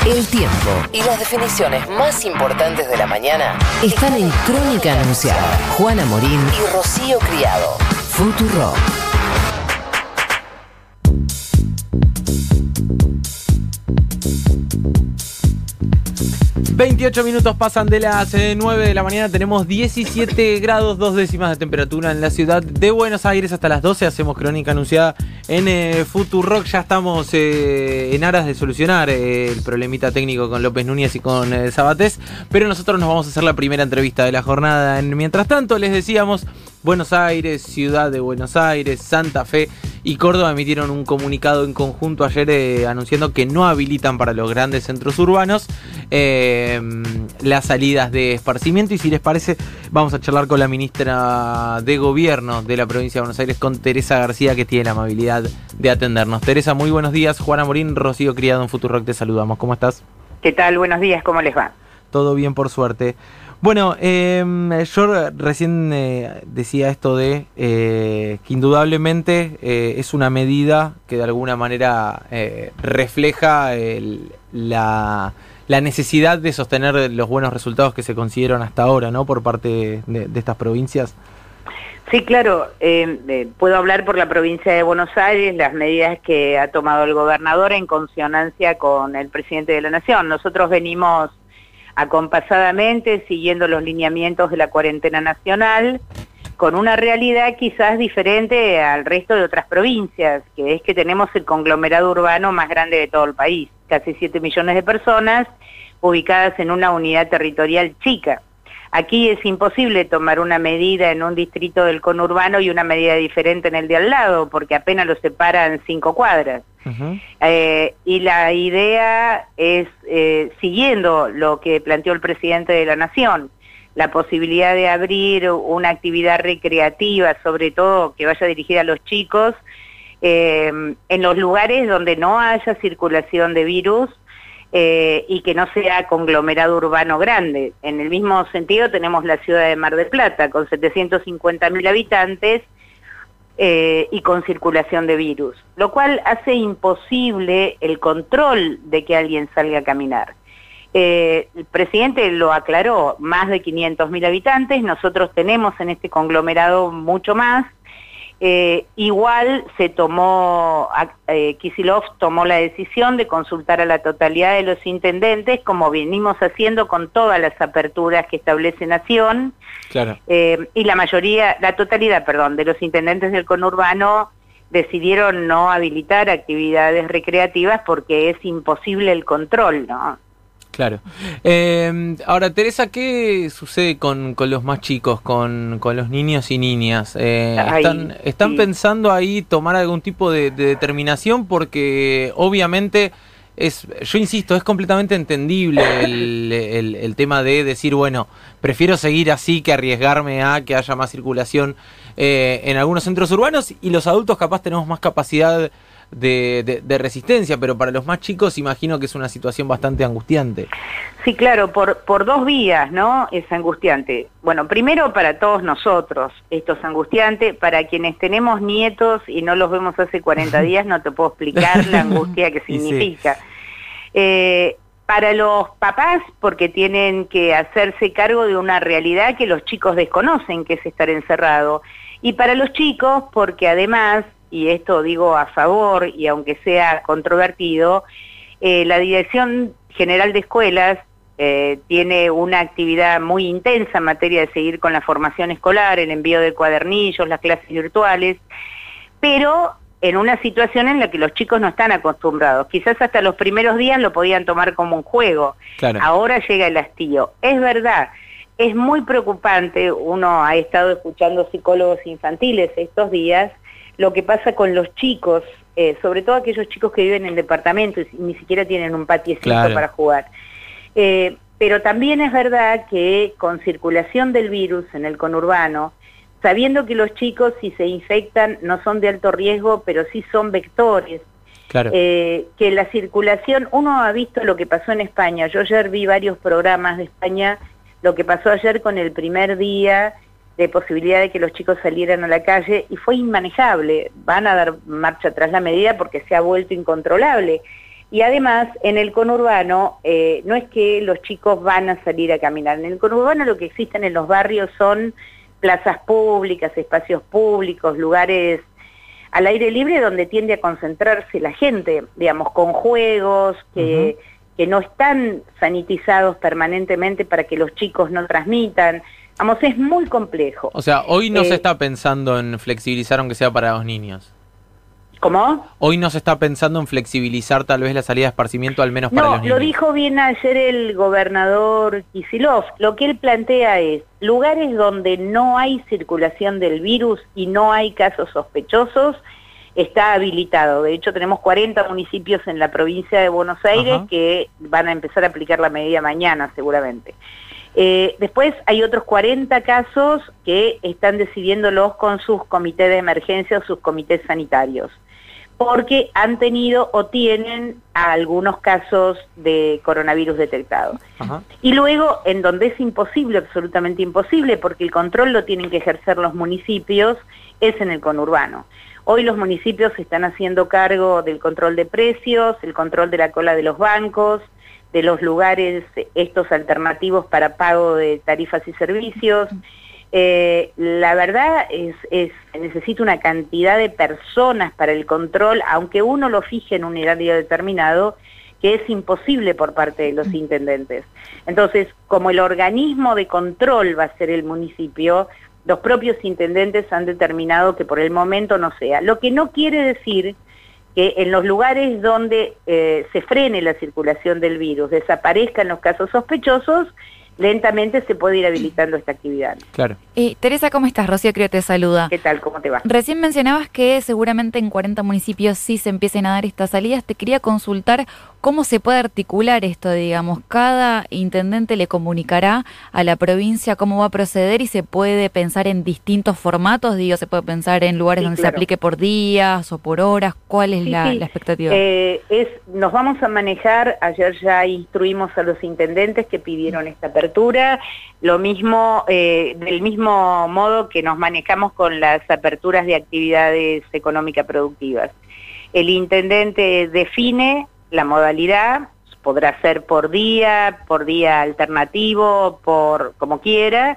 El tiempo y las definiciones más importantes de la mañana están en Crónica Anunciada. Juana Morín y Rocío Criado. Futurock. ...28 pasan de las 9 de la mañana... ...tenemos 17 grados, 2 décimas de temperatura en la ciudad de Buenos Aires... ...hasta las 12 hacemos Crónica Anunciada en Futurock... ...ya estamos en aras de solucionar el problemita técnico con López Núñez y con Sabatés... ...pero nosotros nos vamos a hacer la primera entrevista de la jornada. Mientras tanto, les decíamos... Buenos Aires, Ciudad de Buenos Aires, Santa Fe y Córdoba emitieron un comunicado en conjunto ayer anunciando que no habilitan para los grandes centros urbanos las salidas de esparcimiento. Y si les parece, vamos a charlar con la ministra de Gobierno de la provincia de Buenos Aires, con Teresa García, que tiene la amabilidad de atendernos. Teresa, muy buenos días. Juana Morín, Rocío Criado en Futurock, te saludamos. ¿Cómo estás? ¿Qué tal? Buenos días, ¿cómo les va? Todo bien, por suerte. Bueno, yo recién decía esto de que indudablemente es una medida que de alguna manera refleja la necesidad de sostener los buenos resultados que se consiguieron hasta ahora, ¿no? Por parte de estas provincias. Sí, claro. Puedo hablar por la provincia de Buenos Aires, las medidas que ha tomado el gobernador en consonancia con el presidente de la Nación. Nosotros venimos acompasadamente siguiendo los lineamientos de la cuarentena nacional, con una realidad quizás diferente al resto de otras provincias, que es que tenemos el conglomerado urbano más grande de todo el país, casi 7 millones de personas ubicadas en una unidad territorial chica. Aquí es imposible tomar una medida en un distrito del conurbano y una medida diferente en el de al lado, porque apenas los separan 5 cuadras. Uh-huh. Y la idea es, siguiendo lo que planteó el presidente de la Nación, la posibilidad de abrir una actividad recreativa, sobre todo que vaya dirigida a los chicos, en los lugares donde no haya circulación de virus, y que no sea conglomerado urbano grande. En el mismo sentido tenemos la ciudad de Mar del Plata, con 750.000 habitantes y con circulación de virus, lo cual hace imposible el control de que alguien salga a caminar. El presidente lo aclaró, más de 500.000 habitantes, nosotros tenemos en este conglomerado mucho más. Igual se tomó, Kicillof tomó la decisión de consultar a la totalidad de los intendentes, como venimos haciendo con todas las aperturas que establece Nación. Claro. Y la totalidad de los intendentes del conurbano decidieron no habilitar actividades recreativas porque es imposible el control, ¿no? Claro. Ahora, Teresa, ¿qué sucede con los más chicos, con los niños y niñas? ¿Están pensando ahí tomar algún tipo de determinación? Porque obviamente, yo insisto, es completamente entendible el tema de decir, bueno, prefiero seguir así que arriesgarme a que haya más circulación en algunos centros urbanos, y los adultos capaz tenemos más capacidad de resistencia, pero para los más chicos imagino que es una situación bastante angustiante. Sí, claro, por dos vías, ¿no? Es angustiante. Bueno, primero para todos nosotros esto es angustiante, para quienes tenemos nietos y no los vemos hace 40 días, no te puedo explicar la angustia que significa. Sí. Para los papás, porque tienen que hacerse cargo de una realidad que los chicos desconocen, que es estar encerrado. Y para los chicos, porque además, y esto digo a favor, y aunque sea controvertido, la Dirección General de Escuelas tiene una actividad muy intensa en materia de seguir con la formación escolar, el envío de cuadernillos, las clases virtuales, pero en una situación en la que los chicos no están acostumbrados. Quizás hasta los primeros días lo podían tomar como un juego. Claro. Ahora llega el hastío. Es verdad, es muy preocupante, uno ha estado escuchando psicólogos infantiles estos días, lo que pasa con los chicos, sobre todo aquellos chicos que viven en departamentos y ni siquiera tienen un patiecito claro. para jugar. Pero también es verdad que con circulación del virus en el conurbano, sabiendo que los chicos si se infectan no son de alto riesgo, pero sí son vectores, claro. Que la circulación, uno ha visto lo que pasó en España, yo ayer vi varios programas de España, lo que pasó ayer con el primer día de posibilidad de que los chicos salieran a la calle, y fue inmanejable. Van a dar marcha atrás la medida porque se ha vuelto incontrolable. Y además, en el conurbano, no es que los chicos van a salir a caminar. En el conurbano lo que existen en los barrios son plazas públicas, espacios públicos, lugares al aire libre donde tiende a concentrarse la gente, digamos, con juegos que no están sanitizados permanentemente para que los chicos no transmitan. Vamos, es muy complejo. O sea, hoy no se está pensando en flexibilizar aunque sea para los niños. ¿Cómo? Hoy no se está pensando en flexibilizar tal vez la salida de esparcimiento, al menos para los niños. No, lo dijo bien ayer el gobernador Kicillof. Lo que él plantea es lugares donde no hay circulación del virus y no hay casos sospechosos, está habilitado. De hecho, tenemos 40 municipios en la provincia de Buenos Aires que van a empezar a aplicar la medida mañana, seguramente. Después hay otros 40 casos que están decidiéndolos con sus comités de emergencia o sus comités sanitarios, porque han tenido o tienen algunos casos de coronavirus detectados. Y luego, en donde es imposible, absolutamente imposible, porque el control lo tienen que ejercer los municipios, es en el conurbano. Hoy los municipios se están haciendo cargo del control de precios, el control de la cola de los bancos, de los lugares estos alternativos para pago de tarifas y servicios. La verdad necesita una cantidad de personas para el control, aunque uno lo fije en un horario determinado, que es imposible por parte de los intendentes. Entonces, como el organismo de control va a ser el municipio, los propios intendentes han determinado que por el momento no sea. Lo que no quiere decir que en los lugares donde se frene la circulación del virus, desaparezcan los casos sospechosos, lentamente se puede ir habilitando esta actividad. Claro. Teresa, ¿cómo estás? Rocío Creo te saluda. ¿Qué tal? ¿Cómo te va? Recién mencionabas que seguramente en 40 municipios sí se empiecen a dar estas salidas. Te quería consultar cómo se puede articular esto, digamos. Cada intendente le comunicará a la provincia cómo va a proceder y se puede pensar en distintos formatos, digo, se puede pensar en lugares donde se aplique por días o por horas. ¿Cuál es la expectativa? Nos vamos a manejar, ayer ya instruimos a los intendentes que pidieron esta apertura, lo mismo, del mismo modo que nos manejamos con las aperturas de actividades económicas productivas. El intendente define la modalidad, podrá ser por día alternativo, por como quiera,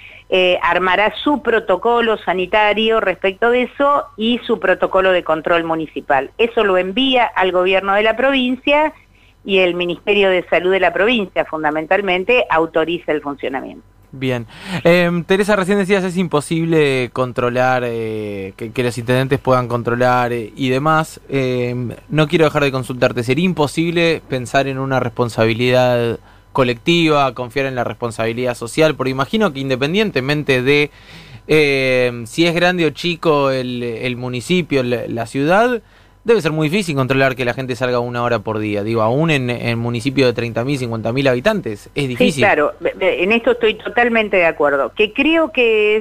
armará su protocolo sanitario respecto de eso y su protocolo de control municipal. Eso lo envía al gobierno de la provincia y el Ministerio de Salud de la provincia, fundamentalmente, autoriza el funcionamiento. Bien. Teresa, recién decías es imposible controlar, que los intendentes puedan controlar y demás. No quiero dejar de consultarte. ¿Sería imposible pensar en una responsabilidad colectiva, confiar en la responsabilidad social? Porque imagino que independientemente de si es grande o chico el municipio, la ciudad, debe ser muy difícil controlar que la gente salga 1 hora por día. Digo, aún en municipios de 30.000, 50.000 habitantes, es difícil. Sí, claro, en esto estoy totalmente de acuerdo. Que creo que es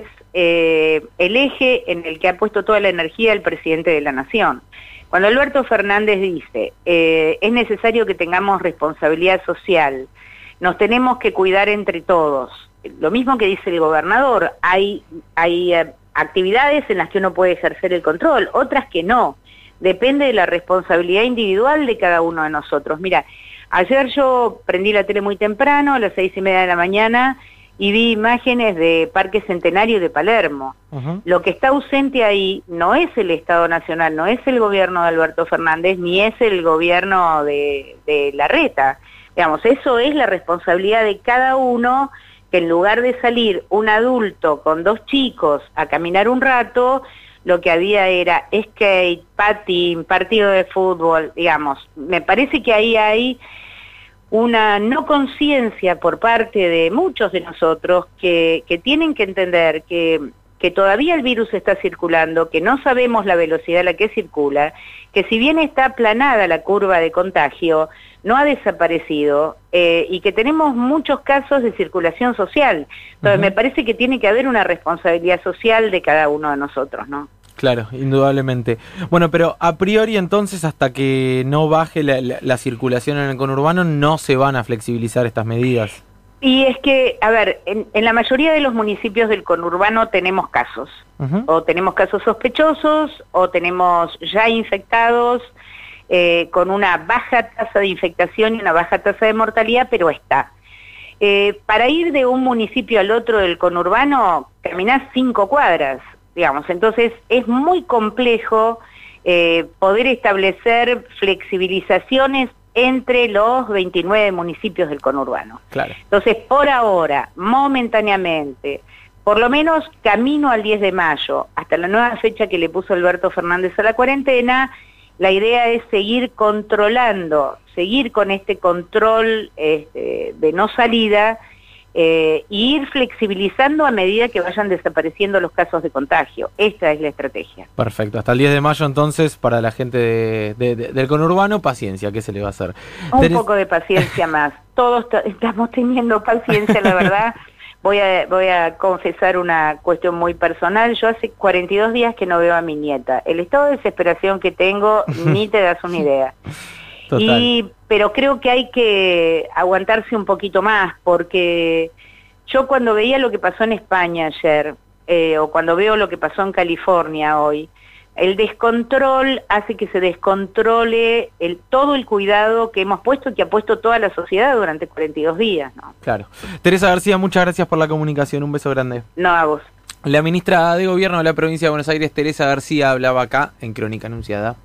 el eje en el que ha puesto toda la energía el presidente de la Nación. Cuando Alberto Fernández dice, es necesario que tengamos responsabilidad social, nos tenemos que cuidar entre todos. Lo mismo que dice el gobernador, hay actividades en las que uno puede ejercer el control, otras que no. Depende de la responsabilidad individual de cada uno de nosotros. Mira, ayer yo prendí la tele muy temprano, a las 6:30 de la mañana, y vi imágenes de Parque Centenario de Palermo. Lo que está ausente ahí no es el Estado Nacional, no es el gobierno de Alberto Fernández, ni es el gobierno de Larreta. Digamos, eso es la responsabilidad de cada uno, que en lugar de salir un adulto con 2 chicos a caminar un rato, lo que había era skate, patín, partido de fútbol, digamos. Me parece que ahí hay una no conciencia por parte de muchos de nosotros que tienen que entender que todavía el virus está circulando, que no sabemos la velocidad a la que circula, que si bien está aplanada la curva de contagio, no ha desaparecido y que tenemos muchos casos de circulación social. Entonces me parece que tiene que haber una responsabilidad social de cada uno de nosotros, ¿no? Claro, indudablemente. Bueno, pero a priori entonces, hasta que no baje la circulación en el conurbano, no se van a flexibilizar estas medidas. Y es que, a ver, en la mayoría de los municipios del conurbano tenemos casos, o tenemos casos sospechosos, o tenemos ya infectados. con una baja tasa de infectación y una baja tasa de mortalidad, pero está. Para ir de un municipio al otro del conurbano, caminás 5 cuadras, digamos, entonces es muy complejo poder establecer flexibilizaciones entre los 29 municipios del conurbano. Claro. Entonces, por ahora, momentáneamente, por lo menos camino al 10 de mayo, hasta la nueva fecha que le puso Alberto Fernández a la cuarentena, la idea es seguir controlando, seguir con este control de no salida, e ir flexibilizando a medida que vayan desapareciendo los casos de contagio. Esta es la estrategia. Perfecto. Hasta el 10 de mayo, entonces, para la gente del conurbano, paciencia, ¿qué se le va a hacer? Un poco de paciencia más. Todos estamos teniendo paciencia, la verdad. Voy a confesar una cuestión muy personal. Yo hace 42 días que no veo a mi nieta. El estado de desesperación que tengo, ni te das una idea. Pero creo que hay que aguantarse un poquito más, porque yo cuando veía lo que pasó en España ayer, o cuando veo lo que pasó en California hoy, el descontrol hace que se descontrole todo el cuidado que hemos puesto y que ha puesto toda la sociedad durante 42 días, ¿no? Claro. Teresa García, muchas gracias por la comunicación. Un beso grande. No, a vos. La ministra de Gobierno de la provincia de Buenos Aires, Teresa García, hablaba acá en Crónica Anunciada.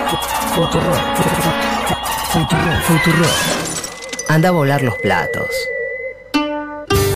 Anda a volar los platos.